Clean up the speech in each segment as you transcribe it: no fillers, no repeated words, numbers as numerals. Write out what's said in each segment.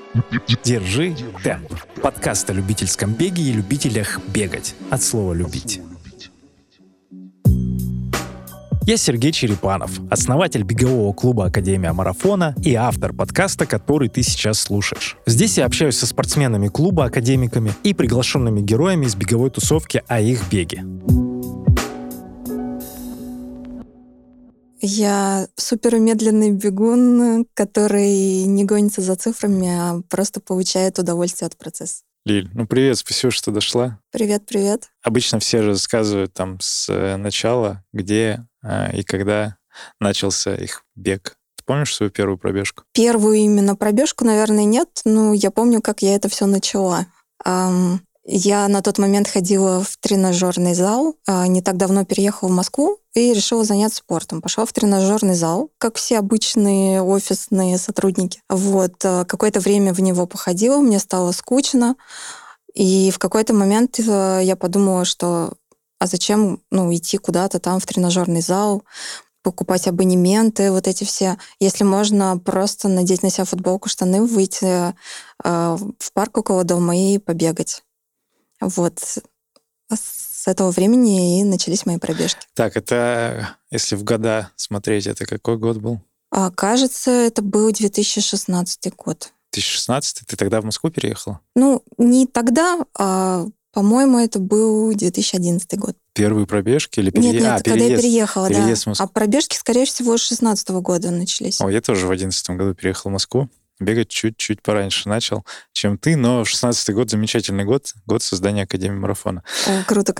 Держи темп. Подкаст о любительском беге и любителях бегать. От слова «любить». Я Сергей Черепанов, основатель бегового клуба «Академия марафона» и автор подкаста, который ты сейчас слушаешь. Здесь я общаюсь со спортсменами клуба, академиками и приглашенными героями из беговой тусовки о их беге. Я супермедленный бегун, который не гонится за цифрами, а просто получает удовольствие от процесса. Лиль, привет, спасибо, что дошла. Привет. Обычно все рассказывают там с начала, где и когда начался их бег. Ты помнишь свою первую пробежку? Первую именно пробежку, наверное, нет, но я помню, как я это все начала. Я на тот момент ходила в тренажерный зал, не так давно переехала в Москву и решила заняться спортом. Пошла в тренажерный зал, как все обычные офисные сотрудники. Какое-то время в него походила, мне стало скучно. И в какой-то момент я подумала, что зачем идти куда-то там в тренажерный зал, покупать абонементы, вот эти все. Если можно просто надеть на себя футболку, штаны, выйти в парк около дома и побегать. С этого времени и начались мои пробежки. Так, это, если в года смотреть, это какой год был? Кажется, это был 2016 год. 2016? Ты тогда в Москву переехала? Не тогда, по-моему, это был 2011 год. Первые пробежки или переезд? Нет, когда я переехала, переезд да. А пробежки, скорее всего, с 2016 года начались. Я тоже в 2011 году переехал в Москву. Бегать чуть-чуть пораньше начал, чем ты, но 16-й год замечательный год создания Академии марафона. О, круто.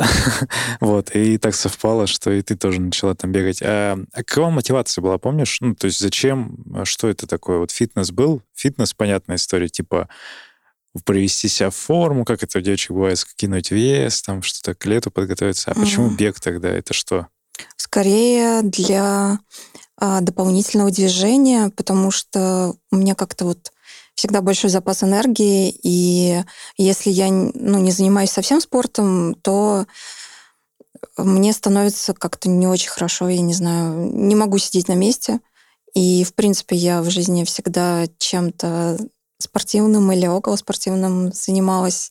И так совпало, что и ты тоже начала там бегать. А какова мотивация была, помнишь? То есть зачем, что это такое? Фитнес был? Фитнес, понятная история, типа привести себя в форму, как это у девочек бывает, скинуть вес, там что-то к лету подготовиться. А почему бег тогда? Это что? Скорее для дополнительного движения, потому что у меня как-то всегда большой запас энергии, и если я не занимаюсь совсем спортом, то мне становится как-то не очень хорошо, я не знаю, не могу сидеть на месте. И, в принципе, я в жизни всегда чем-то спортивным или околоспортивным занималась.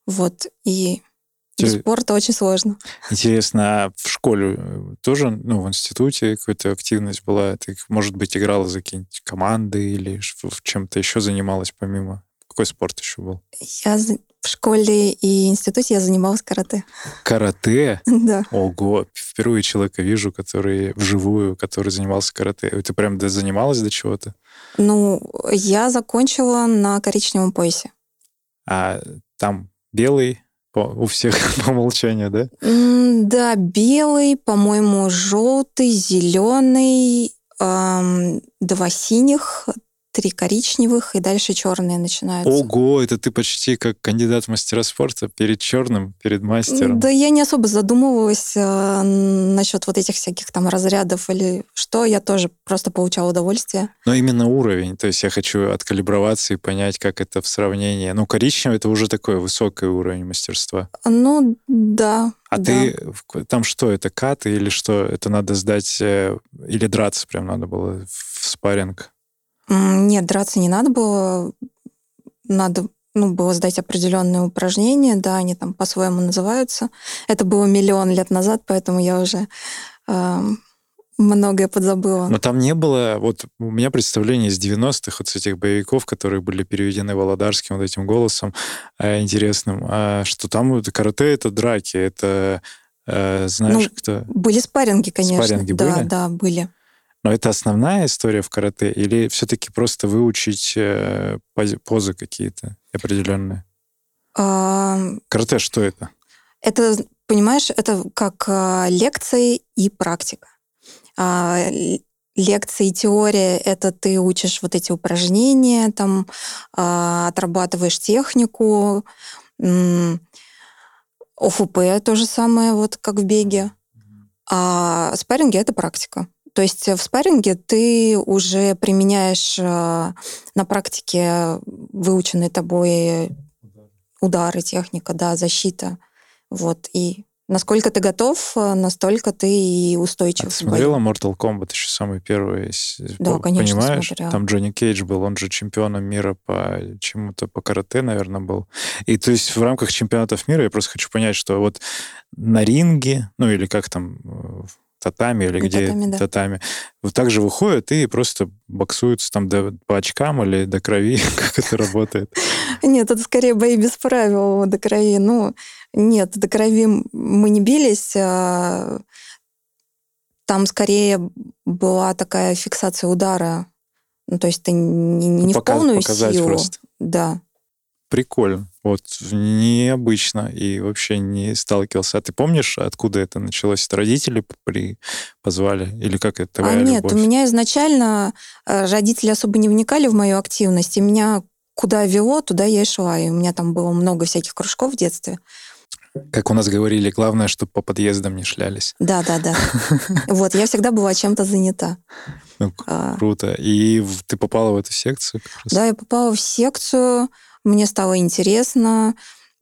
И без спорта очень сложно. Интересно, а в школе тоже, в институте какая-то активность была? Ты, может быть, играла за какие-нибудь команды или в чем-то еще занималась помимо? Какой спорт еще был? В школе и институте я занималась карате. Карате? Да. Ого! Впервые человека вижу, который занимался карате. Ты прям занималась до чего-то? Я закончила на коричневом поясе. А там белый? У всех по умолчанию, да? Да, белый, по-моему, желтый, зеленый, 2 синих, 3 коричневых, и дальше черные начинаются. Ого, это ты почти как кандидат в мастера спорта перед черным, перед мастером. Да, я не особо задумывалась насчет этих всяких там разрядов или что, я тоже просто получала удовольствие. Но именно уровень, то есть я хочу откалиброваться и понять, как это в сравнении. Коричневый — это уже такой высокий уровень мастерства. Да. А да. Ты там что, это каты или что? Это надо сдать или драться прям надо было в спарринг? Нет, драться не надо было. Надо было сдать определенные упражнения, да, они там по-своему называются. Это было миллион лет назад, поэтому я уже многое подзабыла. Но там не было... У меня представление из 90-х, с этих боевиков, которые были переведены Володарским этим голосом интересным, что там карате — это драки, это знаешь, кто... Были спарринги, конечно. Спарринги были? Да, были. Но это основная история в карате? Или все-таки просто выучить позы какие-то определенные? Карате что это? Это, понимаешь, это как лекции и практика. Лекции и теория — это ты учишь эти упражнения, там, отрабатываешь технику. ОФП то же самое, как в беге. А спарринги — это практика. То есть в спарринге ты уже применяешь на практике выученные тобой удары, техника, да, защита. И Насколько ты готов, настолько ты и устойчив. А ты смотрела Mortal Kombat еще самый первый? Да, конечно, понимаешь? смотрела. Там Джонни Кейдж был, он же чемпионом мира по чему-то, по карате, наверное, был. И то есть в рамках чемпионатов мира я просто хочу понять, что вот на ринге, ну или как там, татами или где Татами, да. татами, вот так же выходят и просто боксуются там по очкам или до крови, как это работает? Нет, это скорее бои без правил до крови. Ну, нет, до крови мы не бились. Там скорее была такая фиксация удара. Ну, то есть ты не в полную показать силу. просто. Да. Прикольно. Вот необычно и вообще не сталкивался. А ты помнишь, откуда это началось? Это родители позвали? Или как это твоя Нет, любовь? у меня изначально родители особо не вникали в мою активность. И меня куда вело, туда я и шла. И у меня там было много всяких кружков в детстве. Как у нас говорили, главное, чтобы по подъездам не шлялись. Да. Вот, я всегда была чем-то занята. Ну, круто. И ты попала в эту секцию? Как раз? Да, я попала в секцию, мне стало интересно.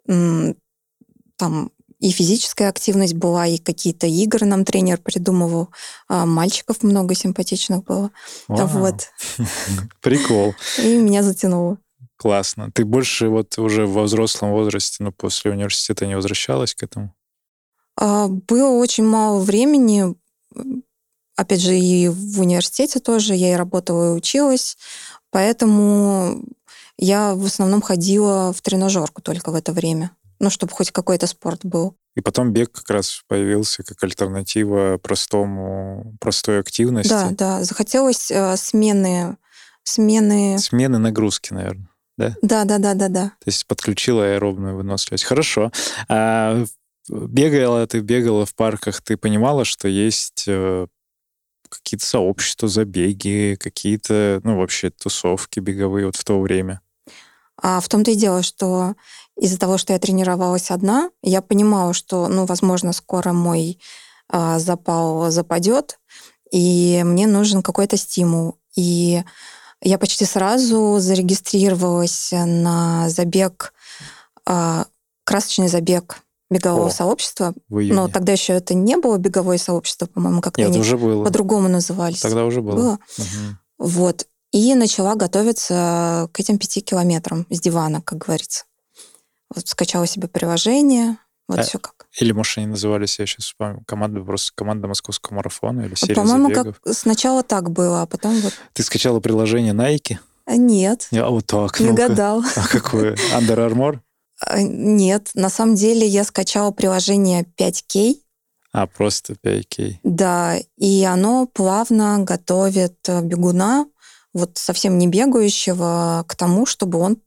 Там и физическая активность была, и какие-то игры нам тренер придумывал. Мальчиков много симпатичных было. Вау. Вот. Прикол. И меня затянуло. Классно. Ты больше вот уже во взрослом возрасте, ну, после университета не возвращалась к этому? Было очень мало времени. Опять же, и в университете тоже. Я и работала, и училась. Поэтому я в основном ходила в тренажерку только в это время. Ну, чтобы хоть какой-то спорт был. И потом бег как раз появился как альтернатива простой активности. Да. Захотелось смены. Смены нагрузки, наверное. Да? Да. То есть подключила аэробную выносливость. Хорошо. А ты бегала в парках, ты понимала, что есть какие-то сообщества, забеги, какие-то, ну, вообще тусовки беговые вот в то время? А в том-то и дело, что из-за того, что я тренировалась одна, я понимала, что, ну, возможно, скоро мой запал западет, и мне нужен какой-то стимул. И я почти сразу зарегистрировалась на забег, красочный забег бегового сообщества. В июне. Но тогда еще это не было беговое сообщество, по-моему, как-то Нет, они уже было. по-другому назывались. Тогда уже было. Угу. Вот. И начала готовиться к этим 5 километрам с дивана, как говорится. Вот скачала себе приложение, вот все как. Или, может, они назывались, я сейчас вспомню, команда Московского марафона или серия По-моему, забегов. как сначала так было, а потом вот... Ты скачала приложение Nike? Нет. Вот так. Не гадал. А какое? Under Armour? Нет, на самом деле я скачала приложение 5K. Просто 5K. Да, и оно плавно готовит бегуна, вот совсем не бегающего, к тому, чтобы он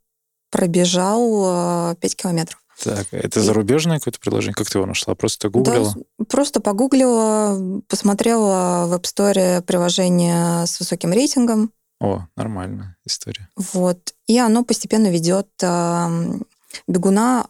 пробежал 5 километров. Так, это зарубежное какое-то приложение? Как ты его нашла? Просто гуглила? Да, просто погуглила, посмотрела в App Store приложение с высоким рейтингом. О, нормальная история. Вот. И оно постепенно ведет бегуна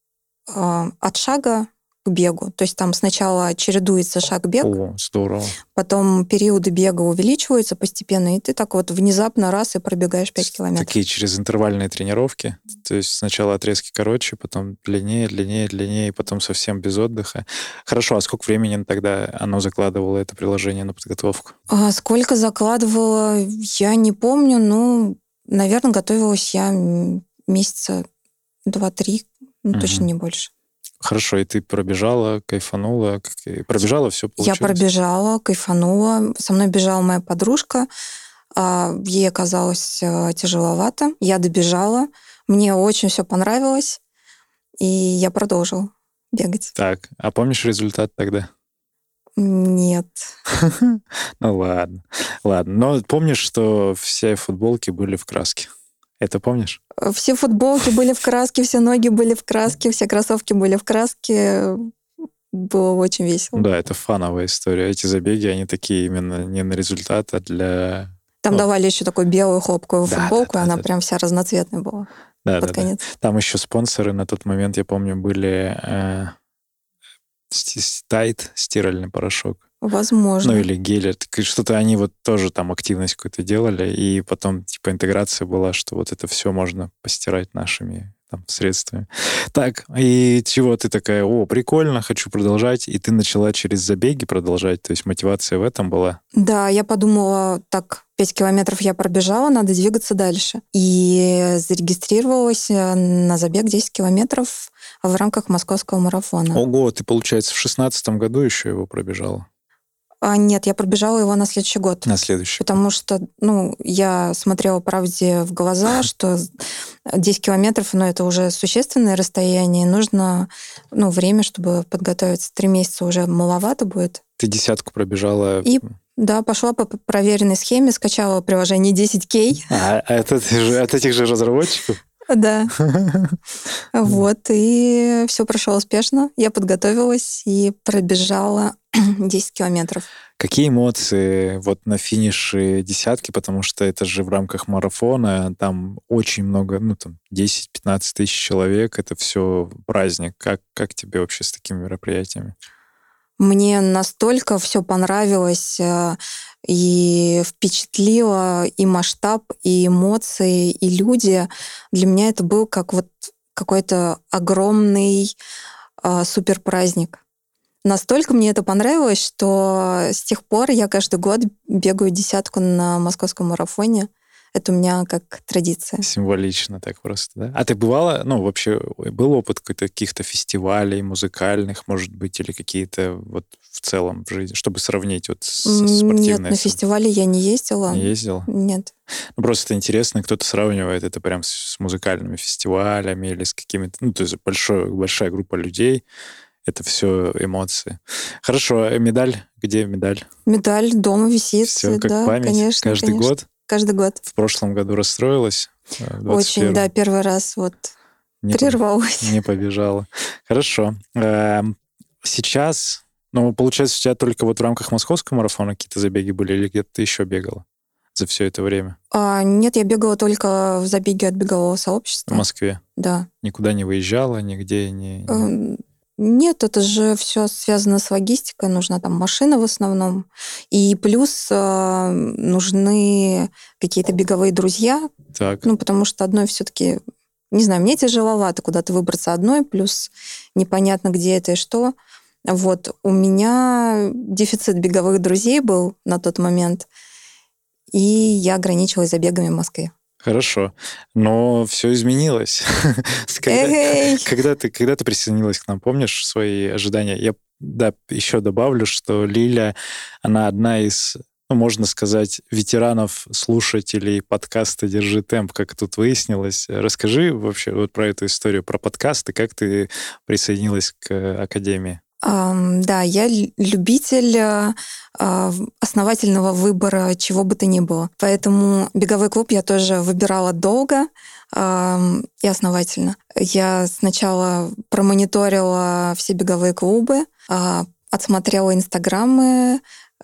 от шага к бегу. То есть там сначала чередуется шаг-бег. О, здорово. Потом периоды бега увеличиваются постепенно, и ты так вот внезапно раз и пробегаешь 5 километров. Такие через интервальные тренировки. То есть сначала отрезки короче, потом длиннее, и потом совсем без отдыха. Хорошо, а сколько времени тогда оно закладывало, это приложение, на подготовку? Сколько закладывала, я не помню. Ну, наверное, готовилась я месяца 2-3, точно не больше. Хорошо, и ты пробежала, кайфанула, пробежала, все получилось? Я пробежала, кайфанула. Со мной бежала моя подружка. Ей оказалось тяжеловато. Я добежала. Мне очень все понравилось. И я продолжила бегать. Так, а помнишь результат тогда? Нет. Ну ладно. Но помнишь, что все футболки были в краске? Это помнишь? Все футболки были в краске, все ноги были в краске, все кроссовки были в краске. Было очень весело. Да, это фановая история. Эти забеги, они такие именно не на результат, а для... Там давали еще такую белую хлопковую футболку, и она прям вся разноцветная была под конец. Там еще спонсоры на тот момент, я помню, были Тайд, стиральный порошок. Возможно. Ну, или гель. Что-то они вот тоже там активность какую-то делали, и потом типа интеграция была, что вот это все можно постирать нашими там, средствами. Так, и чего ты такая, прикольно, хочу продолжать, и ты начала через забеги продолжать, то есть мотивация в этом была? Да, я подумала, так, 5 километров я пробежала, надо двигаться дальше. И зарегистрировалась на забег 10 километров в рамках московского марафона. Ого, ты, получается, в 16-м году еще его пробежала? Нет, я пробежала его на следующий год. На следующий. Потому что, я смотрела правде в глаза, что 10 километров, это уже существенное расстояние, и нужно, время, чтобы подготовиться. 3 месяца уже маловато будет. Ты 10 пробежала? И, да, пошла по проверенной схеме, скачала приложение 10K. Это от этих же разработчиков? Да. Вот, и все прошло успешно. Я подготовилась и пробежала 10 километров. Какие эмоции вот на финише десятки, потому что это же в рамках марафона, там очень много, 10-15 тысяч человек, это все праздник. Как тебе вообще с такими мероприятиями? Мне настолько все понравилось и впечатлило и масштаб, и эмоции, и люди. Для меня это был как вот какой-то огромный суперпраздник. Настолько мне это понравилось, что с тех пор я каждый год бегаю 10 на московском марафоне. Это у меня как традиция. Символично так просто, да? А ты бывала, вообще был опыт каких-то фестивалей музыкальных, может быть, или какие-то вот в целом в жизни, чтобы сравнить вот со спортивной? Нет, на фестивале я не ездила. Не ездила? Нет. Просто интересно, кто-то сравнивает это прям с музыкальными фестивалями или с какими-то, то есть большая группа людей. Это все эмоции. Хорошо, медаль? Где медаль? Медаль дома висит. Все как да, память? Конечно, Каждый конечно. год? Каждый год. В прошлом году расстроилась? Очень, да, первый раз прервалась. Не побежала. Хорошо. Сейчас, получается, у тебя только вот в рамках московского марафона какие-то забеги были, или где-то ты еще бегала за все это время? Нет, я бегала только в забеге от бегового сообщества. В Москве? Да. Никуда не выезжала, нигде не... Нет, это же все связано с логистикой. Нужна там машина в основном. И плюс нужны какие-то беговые друзья. Так. Потому что одной все-таки, не знаю, мне тяжеловато куда-то выбраться одной, плюс непонятно, где это и что. Вот. У меня дефицит беговых друзей был на тот момент, и я ограничилась забегами в Москве. Хорошо, но все изменилось. Когда ты присоединилась к нам, помнишь свои ожидания? Я еще добавлю, что Лиля, она одна из, можно сказать, ветеранов, слушателей подкаста «Держи темп», как тут выяснилось. Расскажи вообще вот про эту историю, про подкасты, как ты присоединилась к Академии. Да, я любитель основательного выбора чего бы то ни было. Поэтому беговой клуб я тоже выбирала долго и основательно. Я сначала промониторила все беговые клубы, отсмотрела инстаграмы,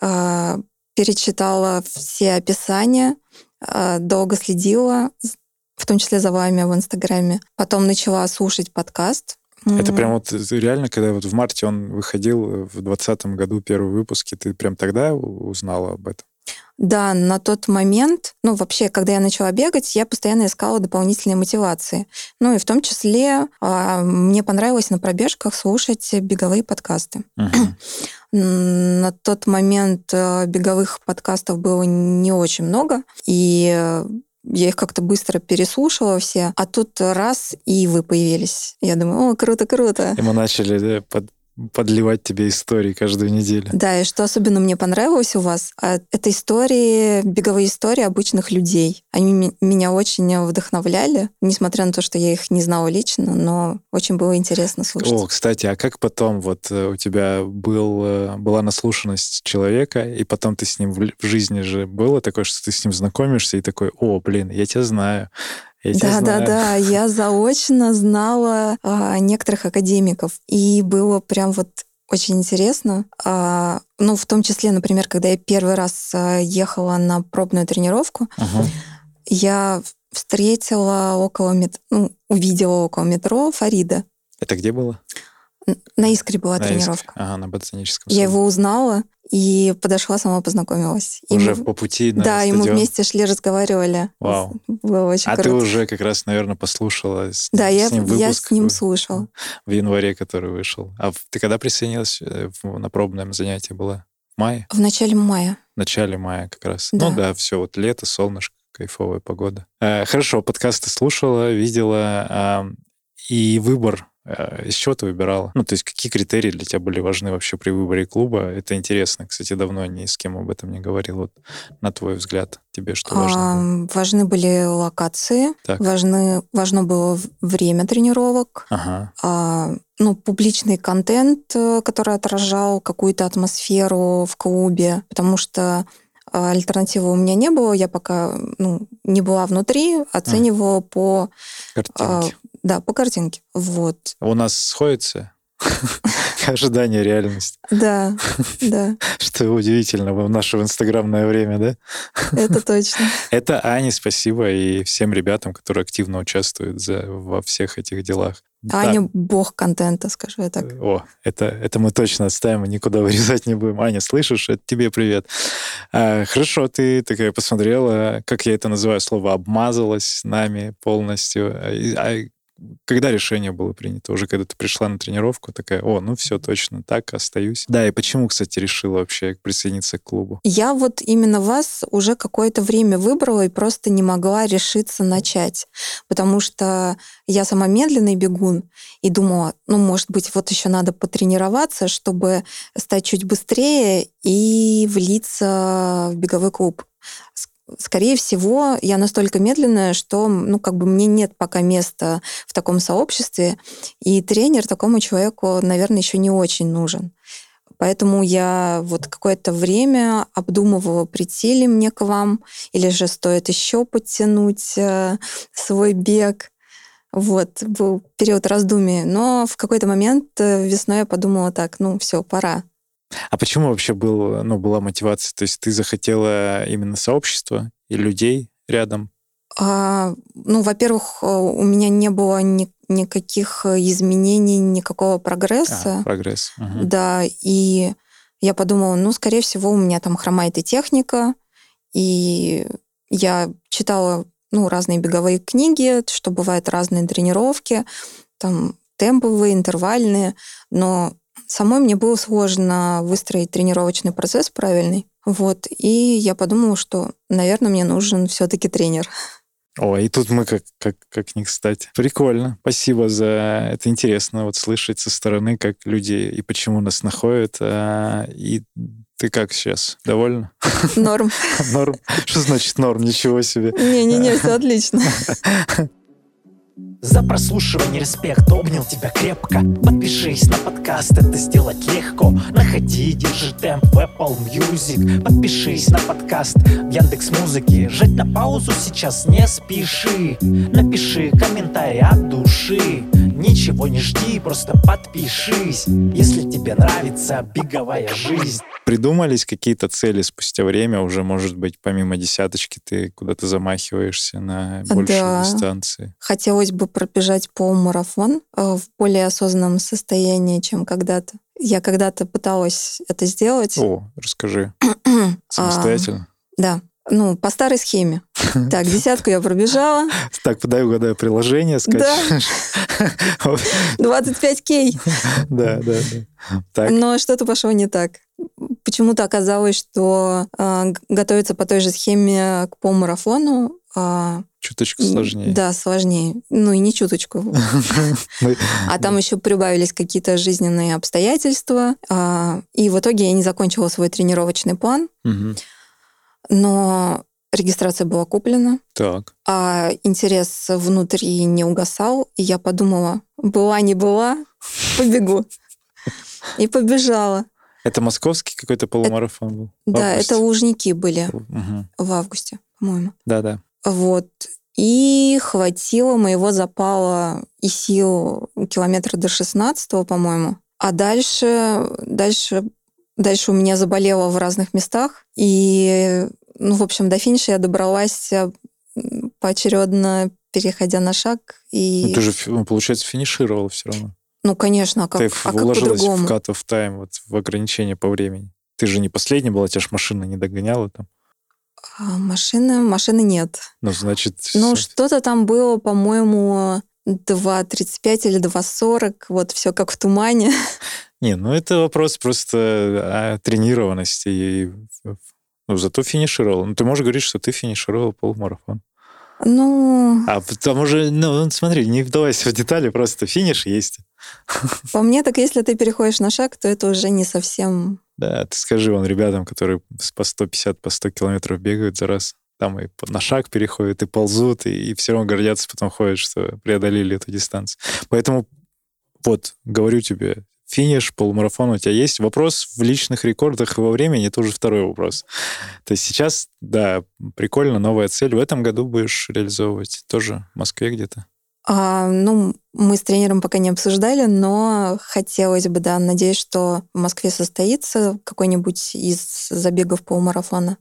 перечитала все описания, долго следила, в том числе за вами в инстаграме. Потом начала слушать подкаст. Это прям вот реально, когда вот в марте он выходил в 2020 году первые выпуски, ты прям тогда узнала об этом? Да, на тот момент, вообще, когда я начала бегать, я постоянно искала дополнительные мотивации. И в том числе мне понравилось на пробежках слушать беговые подкасты. На тот момент беговых подкастов было не очень много, и я их как-то быстро переслушала все, а тут раз, и вы появились. Я думаю, круто. И мы начали подливать тебе истории каждую неделю. Да, и что особенно мне понравилось у вас, это беговые истории обычных людей. Они меня очень вдохновляли, несмотря на то, что я их не знала лично, но очень было интересно слушать. Кстати, а как потом вот у тебя была наслушанность человека, и потом ты с ним в жизни же было такое, что ты с ним знакомишься, и такой, я тебя знаю. Да, я заочно знала некоторых академиков, и было прям очень интересно. В том числе, например, когда я первый раз ехала на пробную тренировку, я встретила увидела около метро Фарида. Это где было? На Искре была На тренировка. Ага, на ботаническом Я саду. его узнала и подошла, сама познакомилась. И Уже мы- по пути на Да, и мы стадион? вместе шли, разговаривали. Вау. Было очень А круто. ты уже как раз, наверное, послушала Да, я с ним выпуск с ним слушала. в январе, который вышел. А ты когда присоединилась? На пробном занятии была? В мае? В начале мая. В начале мая как раз. Да. Ну да, все, вот лето, солнышко, кайфовая погода. Хорошо, подкасты слушала, видела. И выбор, из чего ты выбирала? Ну, то есть какие критерии для тебя были важны вообще при выборе клуба? Это интересно. Кстати, давно ни с кем об этом не говорил. Вот на твой взгляд, тебе что важно было? Важны были локации, Так. важно было время тренировок, Ага. публичный контент, который отражал какую-то атмосферу в клубе, потому что альтернативы у меня не было, я пока не была внутри, оценивала по Картинки. по картинке. Вот. У нас сходится ожидание, реальность. Да, да, Что удивительно в наше инстаграмное время, да? это точно. Это Ане спасибо и всем ребятам, которые активно участвуют во всех этих делах. Аня бог контента, скажу я так. О, это мы точно отставим и никуда вырезать не будем. Аня, слышишь? Это тебе привет. Хорошо, ты такая посмотрела, как я это называю, слово «обмазалась» нами полностью. Когда решение было принято? Уже когда ты пришла на тренировку, такая, все, точно, так, остаюсь. Да, и почему, кстати, решила вообще присоединиться к клубу? Я вот именно вас уже какое-то время выбрала и просто не могла решиться начать, потому что я сама медленный бегун и думала, может быть, вот еще надо потренироваться, чтобы стать чуть быстрее и влиться в беговой клуб. Скорее всего, я настолько медленная, что, мне нет пока места в таком сообществе, и тренер такому человеку, наверное, еще не очень нужен. Поэтому я вот какое-то время обдумывала, прийти ли мне к вам, или же стоит еще подтянуть свой бег. Вот, был период раздумий. Но в какой-то момент весной я подумала так, все, пора. А почему вообще была мотивация? То есть ты захотела именно сообщества и людей рядом? Во-первых, у меня не было никаких изменений, никакого прогресса. Прогресс. Угу. Да, и я подумала, скорее всего, у меня там хромает и техника, и я читала, разные беговые книги, что бывают разные тренировки, там темповые, интервальные, но самой мне было сложно выстроить тренировочный процесс правильный. Вот, и я подумала, что, наверное, мне нужен все-таки тренер. И тут мы как не кстати. Прикольно. Спасибо за это. Интересно слышать со стороны, как люди и почему нас находят. И ты как сейчас? Довольна? Норм. Норм? Что значит норм? Ничего себе. Не, все отлично. За прослушивание респект, обнял тебя крепко. Подпишись на подкаст, это сделать легко. Находи, держи темп в Apple Music. Подпишись на подкаст в Яндекс.Музыке. Жать на паузу сейчас не спеши. Напиши комментарий от души. Ничего не жди, просто подпишись, если тебе нравится беговая жизнь. Придумались какие-то цели спустя время? Уже, может быть, помимо десяточки ты куда-то замахиваешься на большие дистанции? Хотелось бы пробежать полумарафон в более осознанном состоянии, чем когда-то. Я когда-то пыталась это сделать. Расскажи. Самостоятельно? Да. По старой схеме. Так, 10 я пробежала. Так, подай угадаю, приложение скачешь. Да. 25 Да. Так. Но что-то пошло не так. Почему-то оказалось, что готовиться по той же схеме к полумарафону чуточку сложнее. Да, сложнее. И не чуточку. А там еще прибавились какие-то жизненные обстоятельства. И в итоге я не закончила свой тренировочный план. Но регистрация была куплена. Так. А интерес внутри не угасал. И я подумала, была не была, побегу. И побежала. Это московский какой-то полумарафон был? Да, это Лужники были в августе, по-моему. Да. Вот. И хватило моего запала и сил километра до 16-го, по-моему. А дальше у меня заболело в разных местах. И, в общем, до финиша я добралась поочередно, переходя на шаг. И... Ты же, получается, финишировала все равно. Ну, конечно, Ты как уложилась в по-другому? cut-off time, вот в ограничение по времени. Ты же не последняя была, тебя ж машина не догоняла там. Машины нет. Ну, значит... Ну, что-то там было, по-моему, 2:35 или 2:40, вот все как в тумане. Не, ну это вопрос просто тренированности. Ну, зато финишировал. Ну, ты можешь говорить, что ты финишировал полумарафон. Ну, А потому же, ну, смотри, не вдавайся в детали, просто финиш есть. по мне, так если ты переходишь на шаг, то это уже не совсем... Да, ты скажи вон ребятам, которые по 150, по 100 километров бегают за раз, там и на шаг переходят, и ползут, и все равно гордятся, потом ходят, что преодолели эту дистанцию. Поэтому вот, говорю тебе, финиш, полумарафон у тебя есть. Вопрос в личных рекордах и во времени — это уже второй вопрос. То есть сейчас, да, прикольно, новая цель. В этом году будешь реализовывать тоже в Москве где-то? Ну, мы с тренером пока не обсуждали, но хотелось бы, да, надеюсь, что в Москве состоится какой-нибудь из забегов полумарафона.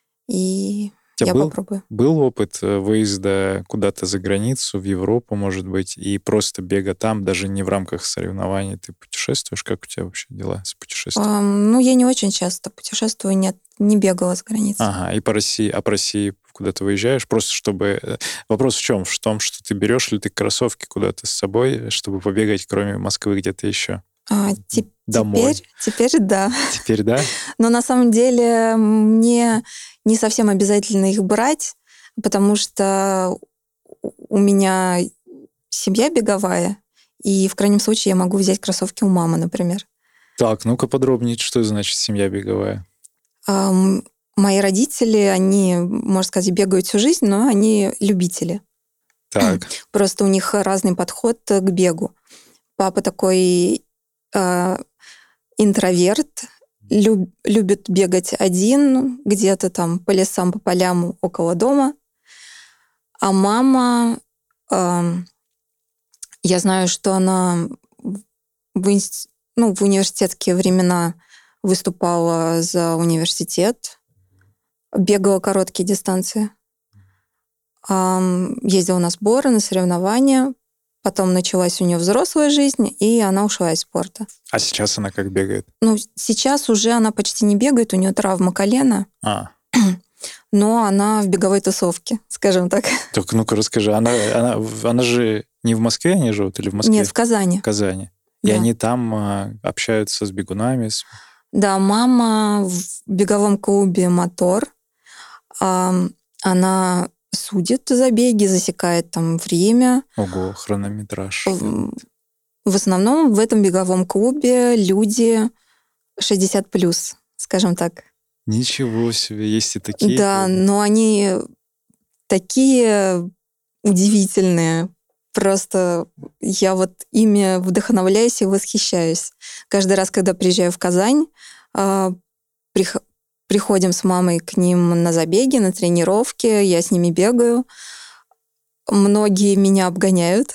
И я попробую. Был опыт выезда куда-то за границу, в Европу, может быть, и просто бега там, даже не в рамках соревнований? Ты путешествуешь? Как у тебя вообще дела с путешествием? Ну, я не очень часто путешествую, нет, не бегала за границей. Ага, и по России куда ты выезжаешь, просто чтобы... Вопрос в чем? В том, что ты берешь ли ты кроссовки куда-то с собой, чтобы побегать, кроме Москвы, где-то еще? Домой. Теперь да. Теперь да? Но на самом деле мне не совсем обязательно их брать, потому что у меня семья беговая, и в крайнем случае я могу взять кроссовки у мамы, например. Так, ну-ка подробнее, что значит семья беговая? Мои родители, они, можно сказать, бегают всю жизнь, но они любители. Так. Просто у них разный подход к бегу. Папа такой интроверт, любит бегать один, где-то там по лесам, по полям около дома. А мама, я знаю, что она в университетские времена выступала за университет, бегала короткие дистанции, ездила на сборы, на соревнования. Потом началась у нее взрослая жизнь, и она ушла из спорта. А сейчас она как бегает? Ну, сейчас уже она почти не бегает, у нее травма колена. Но она в беговой тусовке, скажем так. Так, ну-ка расскажи, она же не в Москве они живут или в Москве? Нет, в Казани. В Казани. И они там общаются с бегунами? Да, мама в беговом клубе «Мотор». Она судит забеги, засекает там время. Ого, хронометраж. В основном в этом беговом клубе люди 60+, скажем так. Ничего себе, есть и такие. Да, но они такие удивительные. Просто я вот ими вдохновляюсь и восхищаюсь. Каждый раз, когда приезжаю в Казань, приходим с мамой к ним на забеги, на тренировки, я с ними бегаю. Многие меня обгоняют.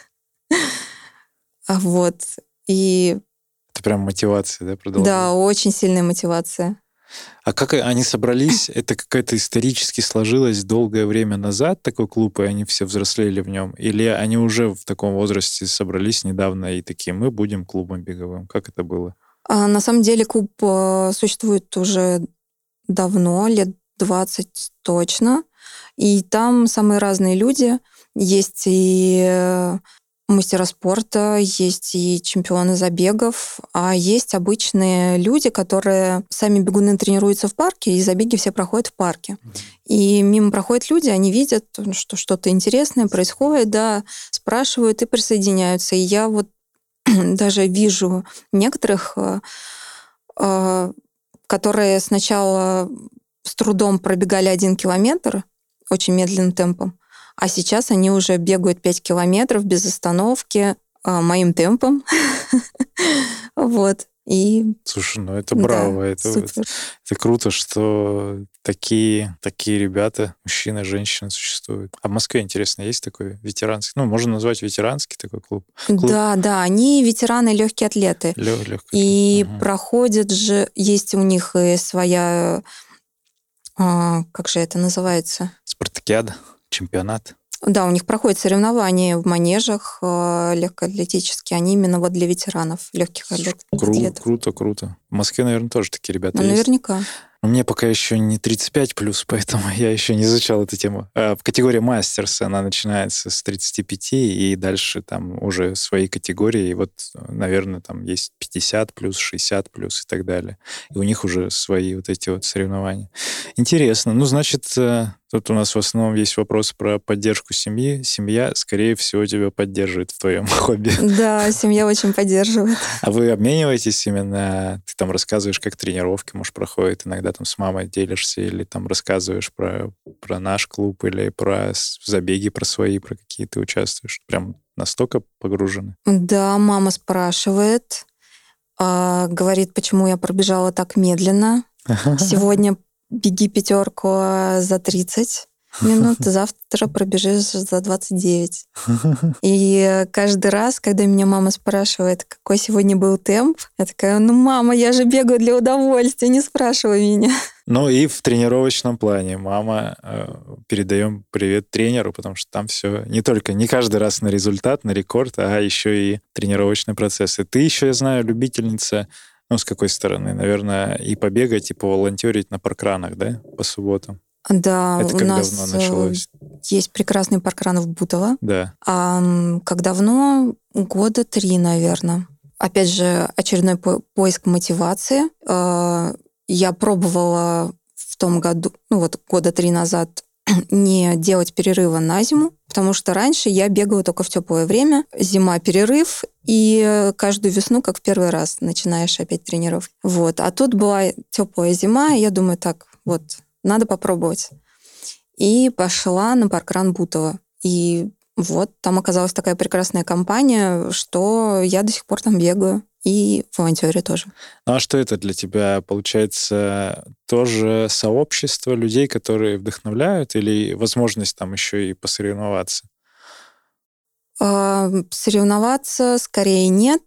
Вот. И... Это прям мотивация, да, продолжать? Да, очень сильная мотивация. А как они собрались? Это какая-то исторически сложилось долгое время назад такой клуб, и они все взрослели в нем? Или они уже в таком возрасте собрались недавно и такие, мы будем клубом беговым? Как это было? На самом деле клуб существует уже давно, лет 20 точно. И там самые разные люди. Есть и мастера спорта, есть и чемпионы забегов, а есть обычные люди, которые сами бегуны тренируются в парке, и забеги все проходят в парке. И мимо проходят люди, они видят, что что-то интересное происходит, да, спрашивают и присоединяются. И я вот даже вижу некоторых, которые сначала с трудом пробегали 1 километр очень медленным темпом, а сейчас они уже бегают 5 километров без остановки моим темпом. Вот. Слушай, ну это браво. Это круто, что такие ребята, мужчины, женщины существуют. А в Москве, интересно, есть такой ветеранский? Ну, можно назвать ветеранский такой клуб? Да, они ветераны, легкие атлеты. И проходят же, есть у них и своя, как же это называется? Спартакиада, чемпионат. Да, у них проходят соревнования в манежах легкоатлетические. Они именно вот для ветеранов, легких атлетов. Круто. В Москве, наверное, тоже такие ребята Ну, есть. наверняка. Но мне пока еще не 35+, поэтому я еще не изучал эту тему. В категории мастерс она начинается с 35, и дальше там уже свои категории. И вот, наверное, там есть 50+, 60+, и так далее. И у них уже свои вот эти вот соревнования. Интересно. Ну, значит, тут у нас в основном есть вопрос про поддержку семьи. Семья, скорее всего, тебя поддерживает в твоем хобби. Да, семья очень поддерживает. А вы обмениваетесь именно? Ты там рассказываешь, как тренировки, может, проходят, иногда там с мамой делишься, или там рассказываешь про наш клуб, или про забеги, про свои, про какие ты участвуешь? Прям настолько погружены? Да, мама спрашивает, говорит, почему я пробежала так медленно. Сегодня беги 5 за 30 минут, завтра пробежишь за 29. И каждый раз, когда меня мама спрашивает, какой сегодня был темп, я такая, ну, мама, я же бегаю для удовольствия, не спрашивай меня. Ну и в тренировочном плане. Мама, передаем привет тренеру, потому что там все не каждый раз на результат, на рекорд, а еще и тренировочный процесс. И ты еще, я знаю, любительница, ну, с какой стороны? Наверное, и побегать, и поволонтерить на паркранах, да, по субботам? Да, Это у как нас давно началось? есть прекрасный паркран в Бутово. Да. Как давно? 3 года, наверное. Опять же, очередной поиск мотивации. Я пробовала в том году, 3 года назад, не делать перерыва на зиму, потому что раньше я бегала только в теплое время, зима перерыв, и каждую весну, как в первый раз, начинаешь опять тренировки. Вот. А тут была теплая зима, и я думаю, так, вот, надо попробовать. И пошла на паркран Бутово. И вот там оказалась такая прекрасная компания, что я до сих пор там бегаю. И волонтеры тоже. Ну а что это для тебя? Получается, тоже сообщество людей, которые вдохновляют, или возможность там еще и посоревноваться? Соревноваться скорее нет.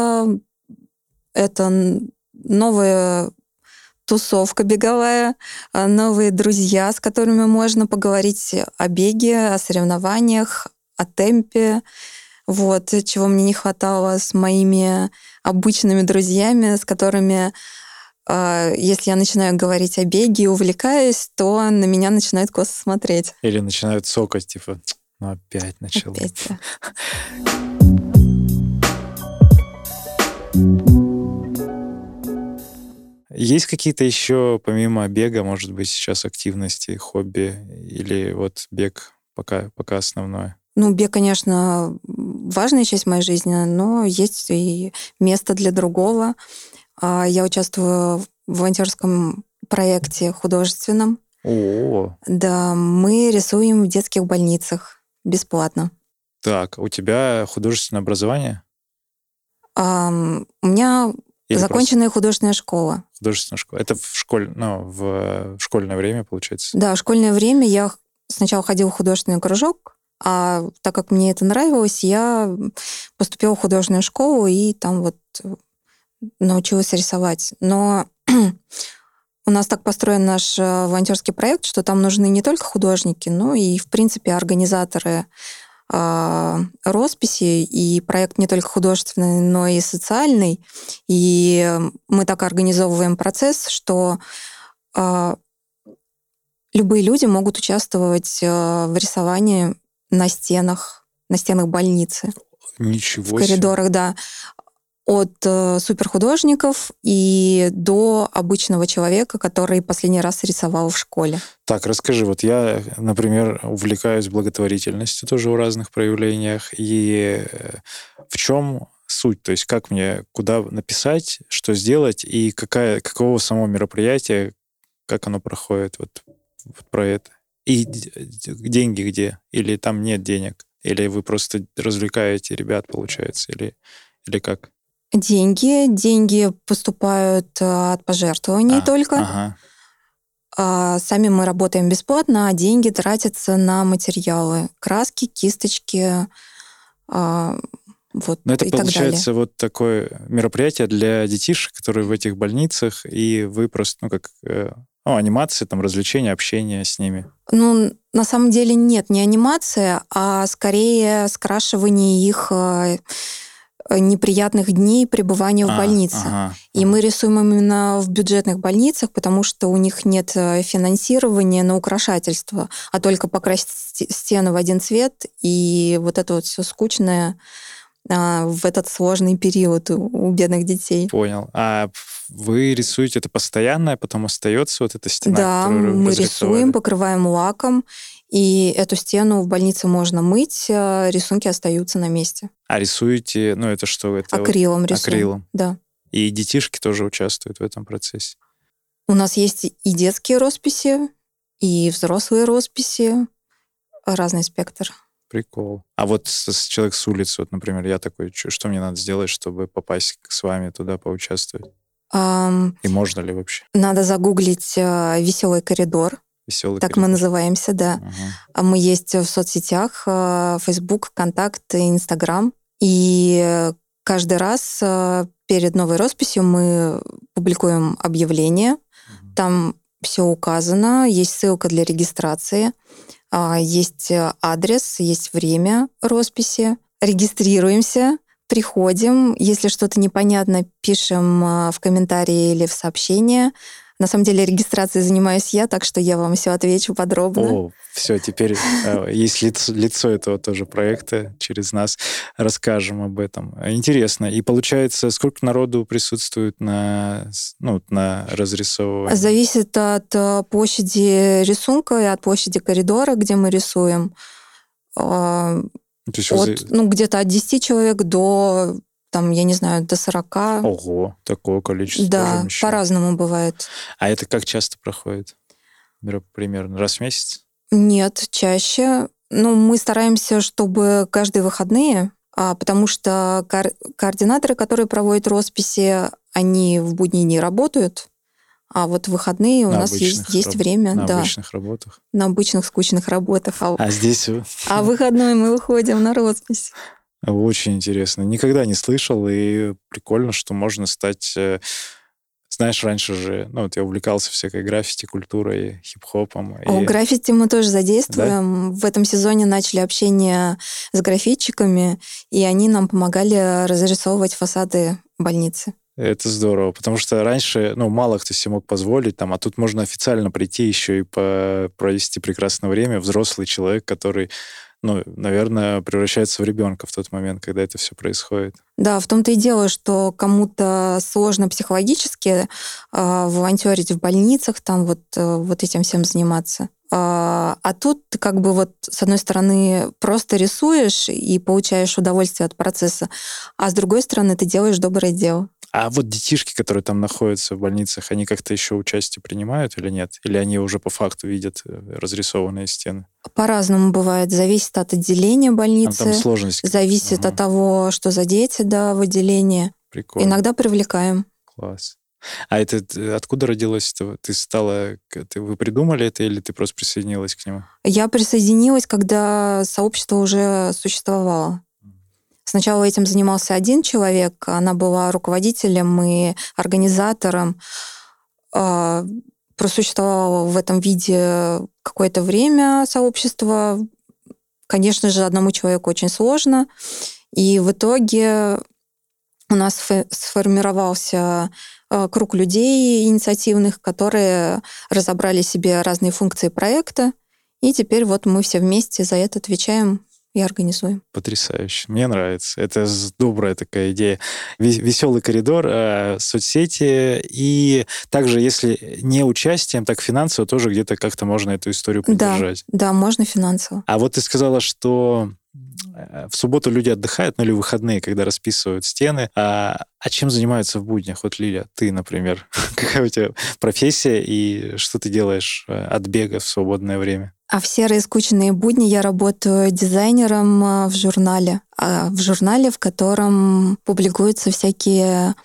Это новая тусовка беговая, новые друзья, с которыми можно поговорить о беге, о соревнованиях, о темпе. Вот, чего мне не хватало с моими обычными друзьями, с которыми, если я начинаю говорить о беге и увлекаюсь, то на меня начинают косо смотреть. Или начинают цокать, типа, ну опять начала. Опять, да. Есть какие-то еще, помимо бега, может быть, сейчас активности, хобби, или вот бег пока основное? Ну, бег, конечно, важная часть моей жизни, но есть и место для другого. Я участвую в волонтерском проекте художественном. О, Да, мы рисуем в детских больницах бесплатно. так, у тебя художественное образование? У меня Или законченная художественная школа. художественная школа? Это в школьное время, получается? Да, в школьное время я сначала ходила в художественный кружок, а так как мне это нравилось, я поступила в художественную школу и там вот научилась рисовать. Но у нас так построен наш волонтерский проект, что там нужны не только художники, но и, в принципе, организаторы росписи, и проект не только художественный, но и социальный. И мы так организовываем процесс, что любые люди могут участвовать в рисовании на стенах больницы. Ничего себе. В коридорах, да. От суперхудожников и до обычного человека, который последний раз рисовал в школе. Так, расскажи, вот я, например, увлекаюсь благотворительностью тоже в разных проявлениях, и в чем суть? То есть как мне, куда написать, что сделать, и каково само мероприятие, как оно проходит, вот про это? И деньги где? Или там нет денег? Или вы просто развлекаете ребят, получается? Или как? Деньги поступают от пожертвований только. Ага. Сами мы работаем бесплатно, а деньги тратятся на материалы. Краски, кисточки, вот, Но это и так получается далее. вот такое мероприятие для детишек, которые в этих больницах, и вы просто, Анимации, там, развлечения, общение с ними. Ну, на самом деле нет, не анимация, а скорее скрашивание их неприятных дней пребывания в больнице. И мы рисуем именно в бюджетных больницах, потому что у них нет финансирования на украшательство, а только покрасить стены в один цвет, и вот это вот все скучное в этот сложный период у бедных детей. Понял. А вы рисуете это постоянно, а потом остается вот эта стена, да, которую мы разрисовали? Рисуем, покрываем лаком, и эту стену в больнице можно мыть, рисунки остаются на месте. А рисуете, ну это что? Это акрилом рисуем. Акрилом. Да. И детишки тоже участвуют в этом процессе? У нас есть и детские росписи, и взрослые росписи, разный спектр. Прикол. А вот человек с улицы, вот, например, я такой, что мне надо сделать, чтобы попасть с вами туда поучаствовать? И можно ли вообще? Надо загуглить «Веселый коридор». Веселый так коридор. Мы называемся, да. Мы есть в соцсетях, Facebook, ВКонтакт, Инстаграм. И каждый раз перед новой росписью мы публикуем объявление. Там все указано, есть ссылка для регистрации. Есть адрес, есть время росписи. Регистрируемся, приходим. Если что-то непонятно, пишем в комментарии или в сообщение. На самом деле регистрацией занимаюсь я, так что я вам все отвечу подробно. О, все, теперь есть лицо этого тоже проекта. Через нас расскажем об этом. Интересно. И получается, сколько народу присутствует на разрисовывании? Зависит от площади рисунка и от площади коридора, где мы рисуем. Где-то от 10 человек до, я не знаю, до 40. Ого, такое количество. Да, по-разному бывает. А это как часто проходит? Примерно раз в месяц? Нет, чаще. Мы стараемся, чтобы каждые выходные, потому что координаторы, которые проводят росписи, они в будние дни работают, а вот в выходные у нас есть время. На обычных работах? На обычных скучных работах. А здесь... А в выходной мы выходим на роспись. Очень интересно. Никогда не слышал, и прикольно, что можно стать... Знаешь, раньше же, я увлекался всякой граффити, культурой, хип-хопом. Граффити мы тоже задействуем. Да? В этом сезоне начали общение с граффитчиками, и они нам помогали разрисовывать фасады больницы. Это здорово, потому что раньше, мало кто себе мог позволить, а тут можно официально прийти еще и провести прекрасное время. Взрослый человек, который, наверное, превращается в ребенка в тот момент, когда это все происходит. Да, в том-то и дело, что кому-то сложно психологически волонтерить в больницах, вот этим всем заниматься. А тут ты с одной стороны просто рисуешь и получаешь удовольствие от процесса, а с другой стороны ты делаешь доброе дело. А вот детишки, которые там находятся в больницах, они как-то еще участие принимают или нет? Или они уже по факту видят разрисованные стены? По-разному бывает. Зависит от отделения больницы. Там сложность. Зависит от того, что за дети, в отделении. Прикольно. Иногда привлекаем. Класс. А это откуда родилось? Вы придумали это или ты просто присоединилась к нему? Я присоединилась, когда сообщество уже существовало. Сначала этим занимался один человек, она была руководителем и организатором. Просуществовало в этом виде какое-то время сообщество. Конечно же, одному человеку очень сложно. И в итоге у нас сформировался круг людей инициативных, которые разобрали себе разные функции проекта. И теперь мы все вместе за это отвечаем и организуем. Потрясающе. Мне нравится. Это добрая такая идея. Веселый коридор, соцсети. И также, если не участием, так финансово тоже где-то как-то можно эту историю поддержать. Да, можно финансово. А вот ты сказала, что в субботу люди отдыхают, или в выходные, когда расписывают стены. А чем занимаются в буднях? Вот, Лиля, ты, например, какая у тебя профессия и что ты делаешь от бега в свободное время? А в серые скучные будни я работаю дизайнером в журнале. В журнале, в котором публикуются всякие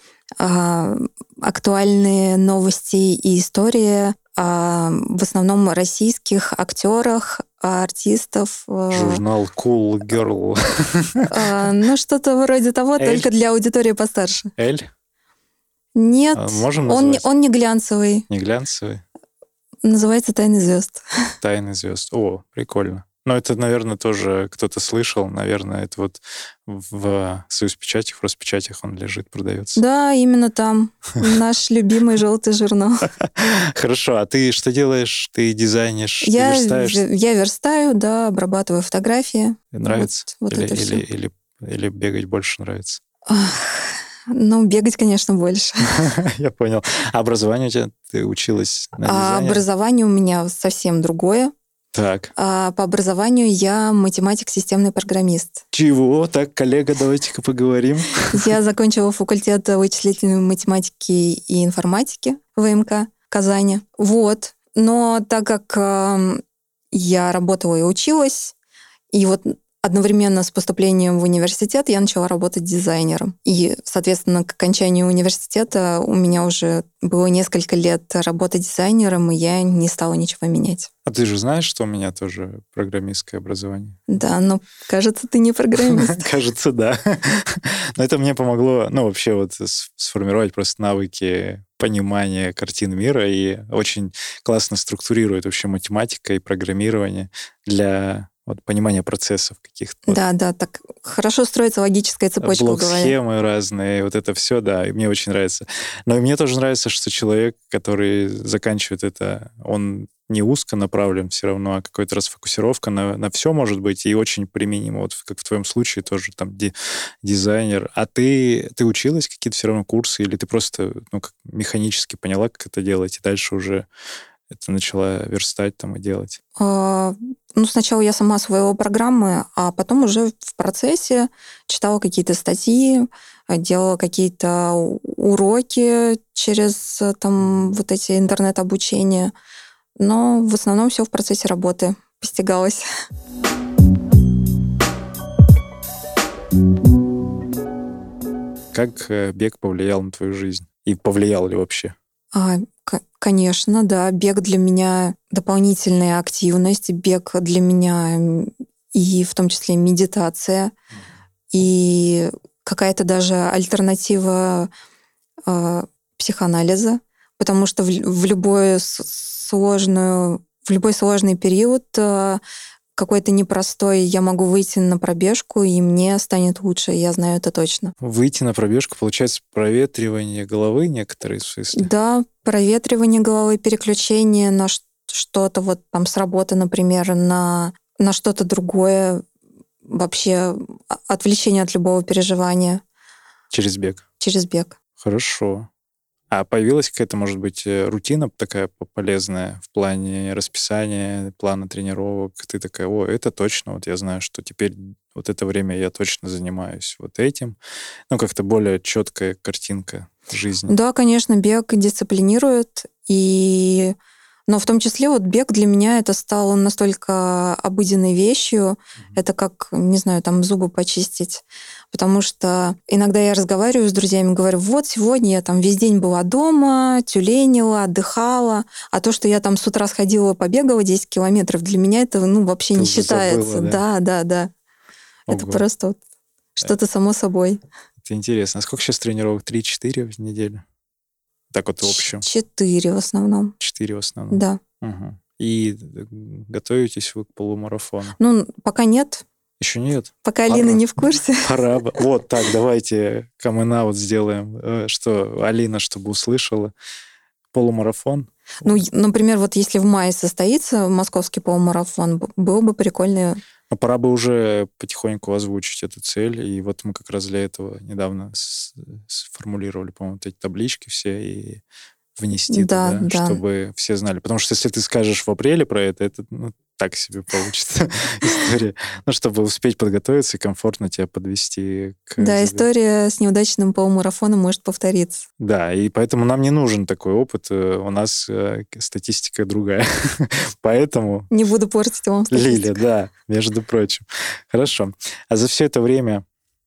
актуальные новости и истории, в основном российских актерах, артистов. Журнал Cool Girl. Что-то вроде того, только для аудитории постарше. Эль? Нет, Можем назвать? Он не глянцевый. Не глянцевый? Называется «Тайны звезд». «Тайны звезд». О, прикольно. Но это, наверное, тоже кто-то слышал. Наверное, это вот в «Союзпечатях», в «Роспечатях» он лежит, продается. Да, именно там. Наш любимый желтый журнал. Хорошо, а ты что делаешь? Ты дизайнишь, ты Я верстаешь? верстаю, да, обрабатываю фотографии. Нравится? Вот это все. Или бегать больше нравится? Ну, бегать, конечно, больше. Я понял. А образование у тебя, ты училась на дизайнера? Образование у меня совсем другое. Так. По образованию я математик-системный программист. Чего? Так, коллега, давайте-ка поговорим. Я закончила факультет вычислительной математики и информатики ВМК Казани. Вот. Но так как я работала и училась, и вот одновременно с поступлением в университет я начала работать дизайнером. И, соответственно, к окончанию университета у меня уже было несколько лет работы дизайнером, и я не стала ничего менять. А ты же знаешь, что у меня тоже программистское образование? Да, но, кажется, ты не программист. Кажется, да. Но это мне помогло, вообще вот сформировать просто навыки понимания картин мира и очень классно структурирует вообще математика и программирование для понимания процессов каких-то. Да, так хорошо строится логическая цепочка в голове. Блок-схемы разные, вот это все, да, и мне очень нравится. Но и мне тоже нравится, что человек, который заканчивает это, он не узко направлен все равно, а какая-то расфокусировка на все может быть и очень применимо. Вот как в твоем случае тоже там дизайнер. А ты училась какие-то все равно курсы или ты просто как механически поняла, как это делать, и дальше уже это начала верстать там и делать? Сначала я сама освоила программы, а потом уже в процессе читала какие-то статьи, делала какие-то уроки через там вот эти интернет-обучения. Но в основном все в процессе работы постигалось. Как бег повлиял на твою жизнь? И повлиял ли вообще? Конечно, да. Бег для меня дополнительная активность, бег для меня и в том числе медитация, и какая-то даже альтернатива психоанализа, потому что в любой сложный период какой-то непростой, я могу выйти на пробежку, и мне станет лучше, я знаю это точно. Выйти на пробежку, получается, проветривание головы некоторые, в смысле? Да, проветривание головы, переключение на что-то вот там с работы, например, на что-то другое, вообще отвлечение от любого переживания. Через бег? Через бег. Хорошо. А появилась какая-то, может быть, рутина такая полезная в плане расписания, плана тренировок? Ты такая, это точно, вот я знаю, что теперь вот это время я точно занимаюсь вот этим. Как-то более четкая картинка жизни. Да, конечно, бег дисциплинирует, но в том числе вот бег для меня это стало настолько обыденной вещью, это как, не знаю, там зубы почистить. Потому что иногда я разговариваю с друзьями, говорю, вот сегодня я там весь день была дома, тюленила, отдыхала, а то, что я там с утра сходила, побегала 10 километров, для меня это вообще Ты не уже считается. забыла, да? Да. Это Ого. просто что-то само собой. Это интересно. А сколько сейчас тренировок? 3-4 в неделю? Так вот в общем. 4 в основном. 4 в основном? Да. Угу. И готовитесь вы к полумарафону? Пока нет. Еще нет? Пока Алина не в курсе. Пора бы. Вот так, давайте камин-аут сделаем. Что Алина, чтобы услышала. Полумарафон. Например, вот если в мае состоится московский полумарафон, было бы прикольно. Пора бы уже потихоньку озвучить эту цель. И вот мы как раз для этого недавно сформулировали, по-моему, эти таблички все и внести туда, чтобы все знали. Потому что если ты скажешь в апреле про это так себе получится история. Чтобы успеть подготовиться и комфортно тебя подвести к... Да, история с неудачным полумарафоном может повториться. Да, и поэтому нам не нужен такой опыт. У нас статистика другая. Поэтому... Не буду портить вам статистику. Лиля, да, между прочим. Хорошо. А за все это время,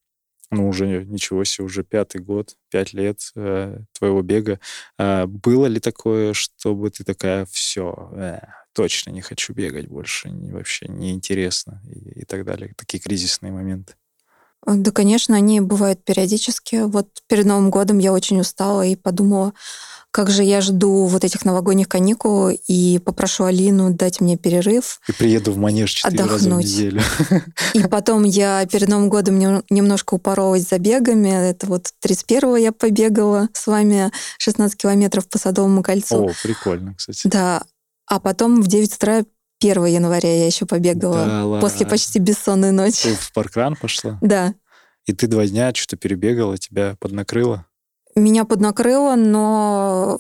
уже ничего себе, уже 5-й год, 5 лет твоего бега, было ли такое, чтобы ты такая, все, точно не хочу бегать больше, вообще неинтересно и так далее. Такие кризисные моменты. Да, конечно, они бывают периодически. Вот перед Новым годом я очень устала и подумала, Как же я жду вот этих новогодних каникул и попрошу Алину дать мне перерыв. И приеду в Манеж 4 раза в неделю. И потом я перед Новым годом немножко упоролась забегами. Это вот 31-го я побегала с вами 16 километров по Садовому кольцу. О, прикольно, кстати. Да. А потом в 9 утра 1 января я еще побегала. Да после почти бессонной ночи. Ты в паркран пошла? Да. И ты 2 дня что-то перебегала, тебя поднакрыло? Меня поднакрыло, но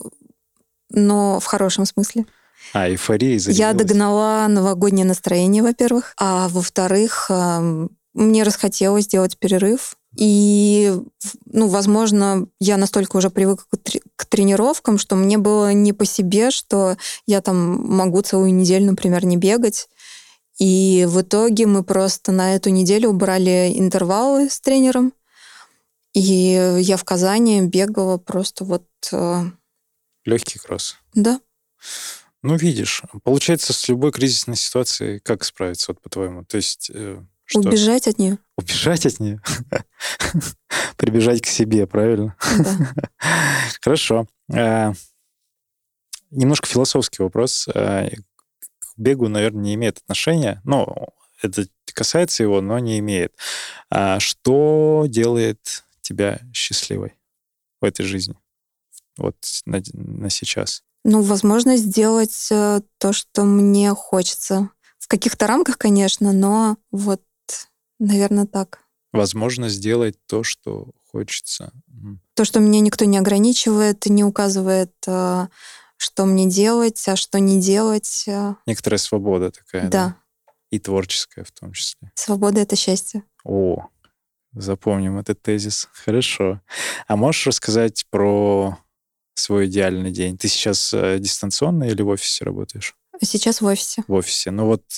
в хорошем смысле. Эйфория зарядилась? Я догнала новогоднее настроение, во-первых. А во-вторых, мне расхотелось сделать перерыв. И, возможно, я настолько уже привыкла к тренировкам, что мне было не по себе, что я там могу целую неделю, например, не бегать. И в итоге мы просто на эту неделю убрали интервалы с тренером. И я в Казани бегала просто вот... Легкий кросс. Да. Видишь, получается, с любой кризисной ситуацией как справиться, вот по-твоему? То есть... Что? Убежать от нее. Убежать от нее? Прибежать к себе, правильно? Да. Хорошо. Немножко философский вопрос. К бегу, наверное, не имеет отношения. Это касается его, но не имеет. Что делает тебя счастливой в этой жизни? Вот на сейчас. Возможно, сделать то, что мне хочется. В каких-то рамках, конечно, но вот, наверное, так. Возможно, сделать то, что хочется. То, что меня никто не ограничивает, не указывает, что мне делать, а что не делать. Некоторая свобода такая, да? И творческая в том числе. Свобода — это счастье. О, запомним этот тезис. Хорошо. А можешь рассказать про свой идеальный день? Ты сейчас дистанционно или в офисе работаешь? Сейчас в офисе. В офисе.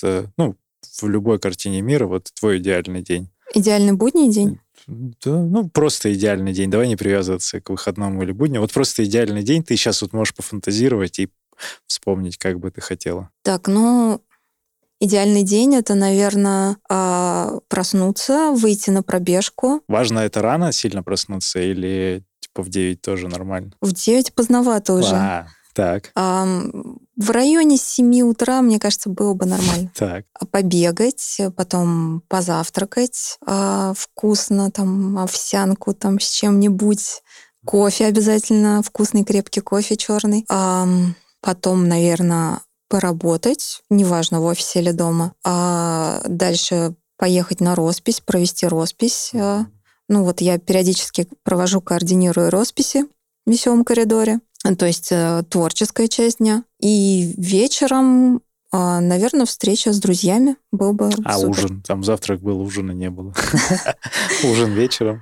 В любой картине мира вот твой идеальный день. Идеальный будний день? Да, просто идеальный день. Давай не привязываться к выходному или будню. Вот просто идеальный день. Ты сейчас вот можешь пофантазировать и вспомнить, как бы ты хотела. Так, идеальный день — это, наверное, проснуться, выйти на пробежку. Важно это рано сильно проснуться или в 9 тоже нормально? В 9 поздновато уже. Так. В районе 7 утра, мне кажется, было бы нормально. Так. Побегать, потом позавтракать вкусно, овсянку с чем-нибудь. Кофе обязательно, вкусный крепкий кофе черный. Потом, наверное, поработать, неважно, в офисе или дома. А дальше поехать на роспись, провести роспись. Я периодически координирую росписи в веселом коридоре. То есть творческая часть дня. И вечером, наверное, встреча с друзьями был бы супер. Ужин? Там завтрак был, ужина не было. Ужин вечером?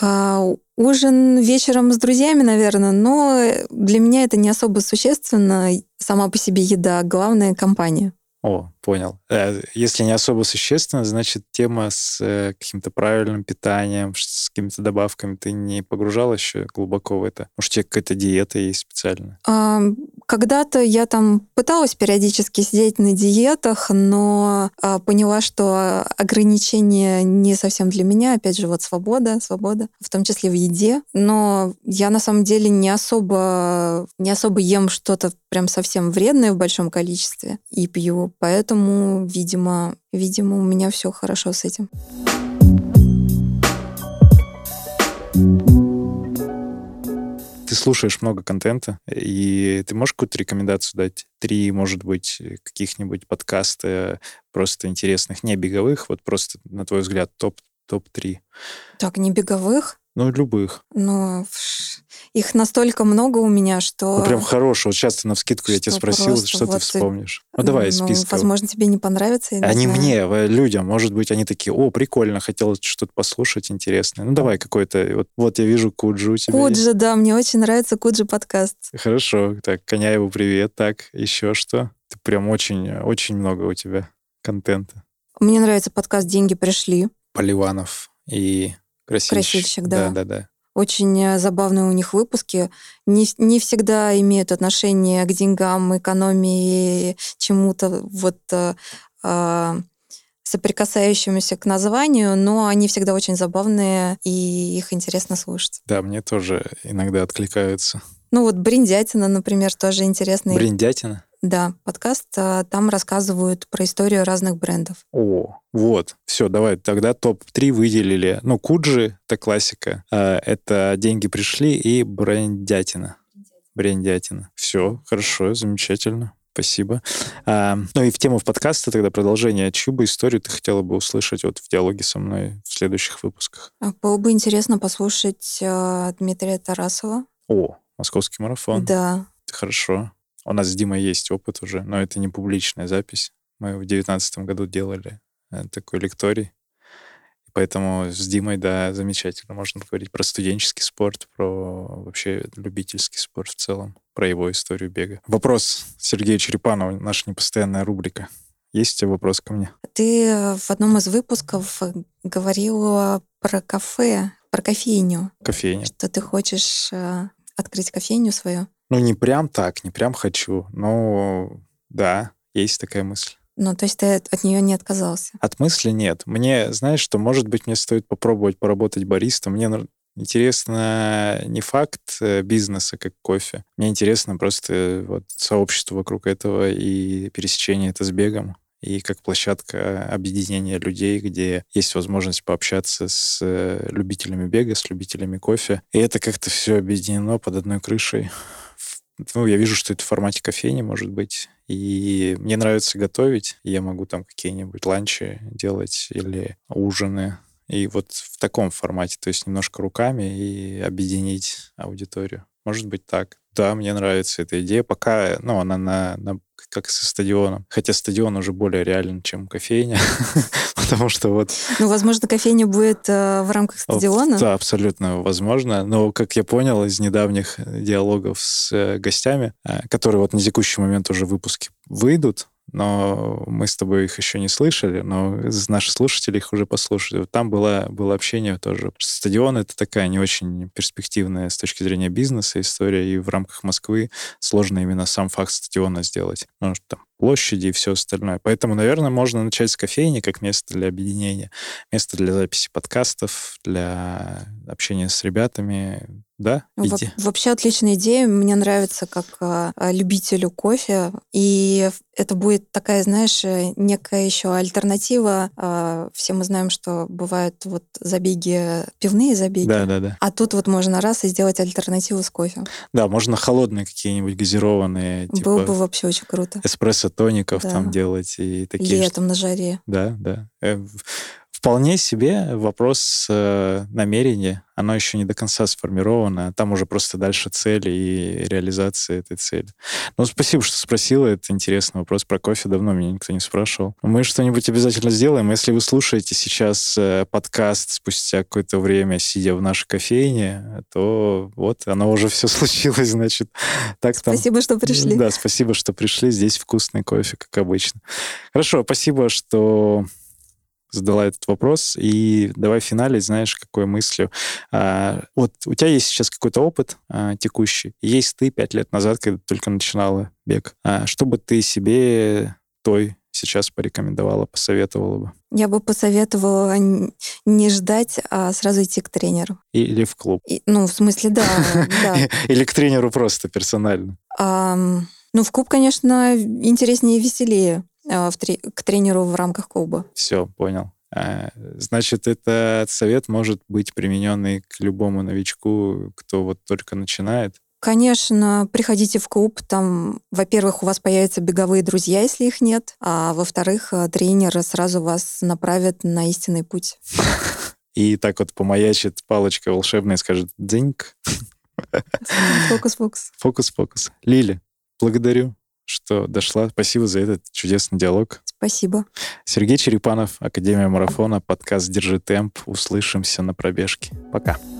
Ужин вечером с друзьями, наверное, но для меня это не особо существенно. Сама по себе еда, главное — компания. О, понял. Если не особо существенно, значит, тема с каким-то правильным питанием, с какими-то добавками, ты не погружала еще глубоко в это? Может, у тебя какая-то диета есть специальная? Когда-то я пыталась периодически сидеть на диетах, но поняла, что ограничения не совсем для меня. Опять же, свобода, в том числе в еде. Но я на самом деле не особо ем что-то прям совсем вредное в большом количестве и пью. Поэтому, видимо, у меня все хорошо с этим. Ты слушаешь много контента, и ты можешь какую-то рекомендацию дать? 3, может быть, каких-нибудь подкаста просто интересных, не беговых, вот просто, на твой взгляд, топ-3. Так, не беговых? Любых. Их настолько много у меня, что... Прям хорошего. Вот сейчас ты навскидку я тебя спросил, что ты вспомнишь. Давай из списка. Возможно, тебе не понравится. Они мне, людям, может быть, они такие: о, прикольно, хотел что-то послушать интересное. Давай какой-то... Вот я вижу Куджи у тебя. Куджи, да, мне очень нравится Куджи подкаст. Хорошо. Так, Коняеву привет. Так, еще что? Ты прям очень много у тебя контента. Мне нравится подкаст «Деньги пришли». Поливанов и Красильщик. Да. Очень забавные у них выпуски. Не всегда имеют отношение к деньгам, экономии, чему-то соприкасающемуся к названию, но они всегда очень забавные, и их интересно слушать. Да, мне тоже иногда откликаются. Ну вот «Бриндятина», например, тоже интересный. Бриндятина? Да, подкаст. Там рассказывают про историю разных брендов. О, вот. Все, давай тогда топ-3 выделили. Ну, Куджи — это классика. Это «Деньги пришли» и «Бриндятина». Бриндятина. Все, хорошо, замечательно. Спасибо. Ну и в тему подкаста тогда продолжение. Чью бы историю ты хотела бы услышать вот в диалоге со мной в следующих выпусках? Было бы интересно послушать Дмитрия Тарасова. О, «Московский марафон». Да. Хорошо. У нас с Димой есть опыт уже, но это не публичная запись. Мы в 2019 году делали такой лекторий. Поэтому с Димой, да, замечательно. Можно говорить про студенческий спорт, про вообще любительский спорт в целом, про его историю бега. Вопрос Сергея Черепанова, наша непостоянная рубрика. Есть у тебя вопрос ко мне? Ты в одном из выпусков говорил про кафе, про кофейню. Кофейня. Что ты хочешь открыть кофейню свою. Ну, не прям так, не прям хочу, но да, есть такая мысль. Ну, то есть ты от нее не отказался? От мысли нет. Мне, знаешь, что, может быть, мне стоит попробовать поработать баристом. Мне интересно не факт бизнеса, как кофе. Мне интересно просто вот сообщество вокруг этого и пересечение это с бегом. И как площадка объединения людей, где есть возможность пообщаться с любителями бега, с любителями кофе. И это как-то все объединено под одной крышей. Ну, я вижу, что это в формате кофейни, может быть. И мне нравится готовить. Я могу там какие-нибудь ланчи делать или ужины. И вот в таком формате, то есть немножко руками и объединить аудиторию. Может быть так. Да, мне нравится эта идея. Пока, ну, она как со стадионом. Хотя стадион уже более реален, чем кофейня. Потому что вот... Ну, возможно, кофейня будет в рамках стадиона. Да, абсолютно возможно. Но, как я понял из недавних диалогов с гостями, которые вот на текущий момент уже выпуски выйдут, но мы с тобой их еще не слышали, но наши слушатели их уже послушали. Вот там было общение тоже. Стадион — это такая не очень перспективная с точки зрения бизнеса история, и в рамках Москвы сложно именно сам факт стадиона сделать. Потому что там площади и все остальное. Поэтому, наверное, можно начать с кофейни как место для объединения, место для записи подкастов, для общения с ребятами. Да? Вообще отличная идея. Мне нравится как любителю кофе. И это будет такая, знаешь, некая еще альтернатива. Все мы знаем, что бывают вот забеги, пивные забеги. Да. А тут вот можно раз и сделать альтернативу с кофе. Да, можно холодные какие-нибудь газированные. Было бы вообще очень круто. Эспрессо-тоников там делать и такие. Летом на жаре. Да. Вполне себе вопрос намерения. Оно еще не до конца сформировано. Там уже просто дальше цель и реализация этой цели. Ну, спасибо, что спросила. Это интересный вопрос про кофе. Давно меня никто не спрашивал. Мы что-нибудь обязательно сделаем. Если вы слушаете сейчас подкаст спустя какое-то время, сидя в нашей кофейне, то вот, оно уже все случилось, значит. Спасибо, что пришли. Да, спасибо, что пришли. Здесь вкусный кофе, как обычно. Хорошо, спасибо, что задала этот вопрос. И давай финалить, знаешь, какой мыслью. Вот у тебя есть сейчас какой-то опыт текущий. Есть ты 5 лет назад, когда только начинала бег. Что бы ты себе той сейчас порекомендовала, посоветовала бы? Я бы посоветовала не ждать, а сразу идти к тренеру. Или в клуб. В смысле, да. Или к тренеру просто персонально. В клуб, конечно, интереснее и веселее. К тренеру в рамках клуба. Все, понял. Значит, этот совет может быть примененный к любому новичку, кто вот только начинает? Конечно, приходите в клуб. Там, во-первых, у вас появятся беговые друзья, если их нет. А во-вторых, тренер сразу вас направит на истинный путь. И так вот помаячит палочка волшебная и скажет «дзиньк». Фокус-фокус. Фокус-фокус. Лиля, благодарю, что дошла. Спасибо за этот чудесный диалог. Спасибо. Сергей Черепанов, Академия марафона, подкаст «Держи темп». Услышимся на пробежке. Пока.